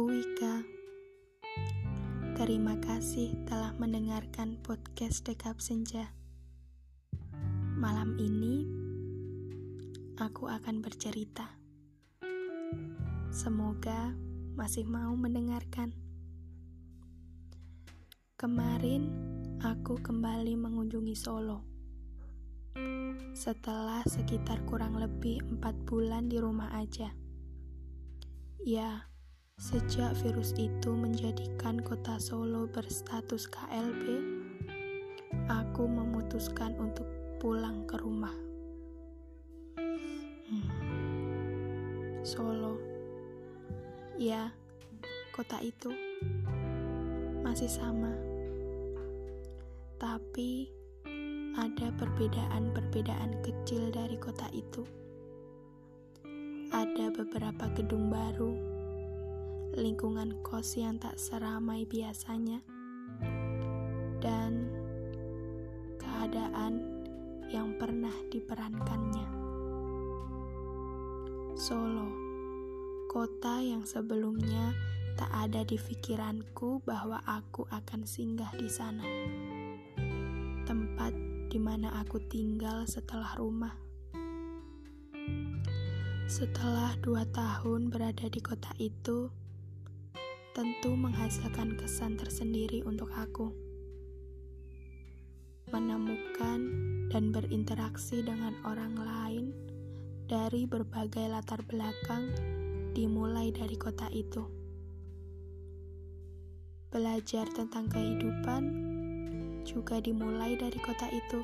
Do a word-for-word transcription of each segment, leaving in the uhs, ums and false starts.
Wika. Terima kasih telah mendengarkan podcast Dekap Senja. Malam ini, aku akan bercerita. Semoga masih mau mendengarkan. Kemarin, aku kembali mengunjungi Solo. Setelah sekitar kurang lebih empat bulan di rumah aja. Ya, sejak virus itu menjadikan kota Solo berstatus K L B, aku memutuskan untuk pulang ke rumah. Hmm. Solo, ya, kota itu masih sama, tapi ada perbedaan-perbedaan kecil dari kota itu. Ada beberapa gedung baru, lingkungan kos yang tak seramai biasanya, dan keadaan yang pernah diperankannya. Solo, kota yang sebelumnya tak ada di pikiranku bahwa aku akan singgah di sana. Tempat di mana aku tinggal setelah rumah. Setelah dua tahun berada di kota itu, tentu menghasilkan kesan tersendiri untuk aku. Menemukan dan berinteraksi dengan orang lain dari berbagai latar belakang dimulai dari kota itu. Belajar tentang kehidupan juga dimulai dari kota itu.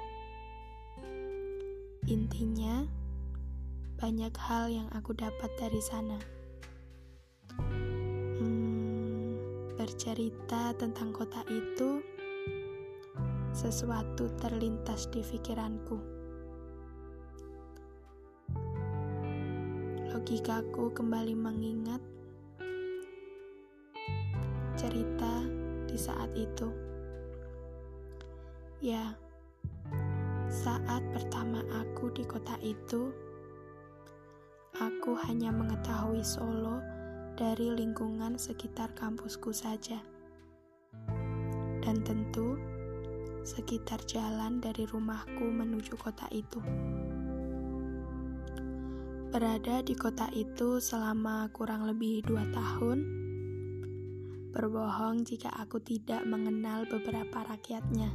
Intinya, banyak hal yang aku dapat dari sana. Hmm, bercerita tentang kota itu, sesuatu terlintas di pikiranku. Logikaku kembali mengingat cerita di saat itu. Ya, saat pertama aku di kota itu, aku hanya mengetahui Solo dari lingkungan sekitar kampusku saja. Dan tentu, sekitar jalan dari rumahku menuju kota itu. Berada di kota itu selama kurang lebih dua tahun, berbohong jika aku tidak mengenal beberapa rakyatnya.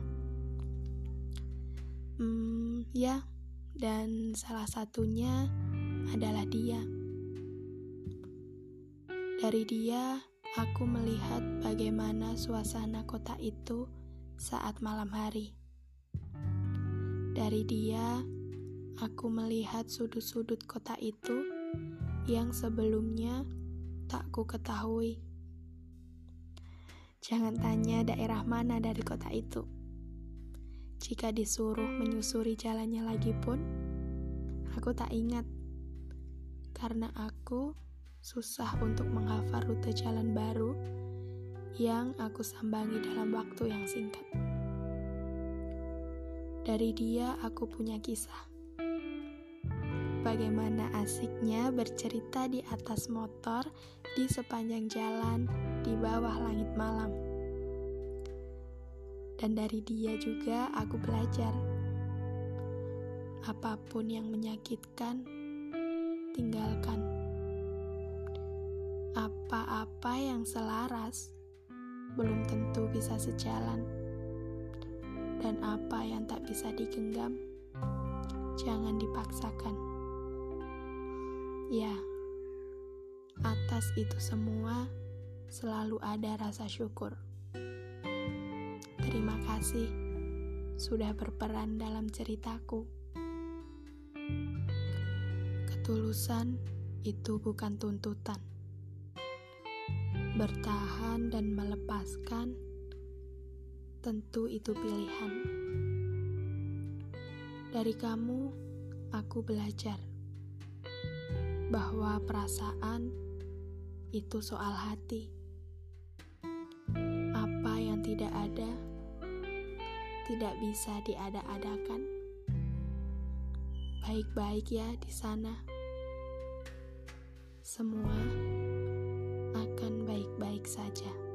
Hmm, ya, dan salah satunya adalah dia. Dari dia, aku melihat bagaimana suasana kota itu saat malam hari. Dari dia, aku melihat sudut-sudut kota itu yang sebelumnya tak ku ketahui. Jangan tanya daerah mana dari kota itu. Jika disuruh menyusuri jalannya lagi pun, aku tak ingat. Karena aku susah untuk menghafal rute jalan baru yang aku sambangi dalam waktu yang singkat. Dari dia aku punya kisah. Bagaimana asiknya bercerita di atas motor di sepanjang jalan di bawah langit malam. Dan dari dia juga aku belajar. Apapun yang menyakitkan, tinggalkan. Apa-apa yang selaras belum tentu bisa sejalan. Dan apa yang tak bisa digenggam, jangan dipaksakan. Ya, atas itu semua selalu ada rasa syukur. Terima kasih sudah berperan dalam ceritaku. Ketulusan itu bukan tuntutan. Bertahan dan melepaskan, tentu itu pilihan. Dari kamu, aku belajar bahwa perasaan itu soal hati. Apa yang tidak ada, tidak bisa diada-adakan. Baik-baik ya di sana. Semua akan baik-baik. baik-baik saja.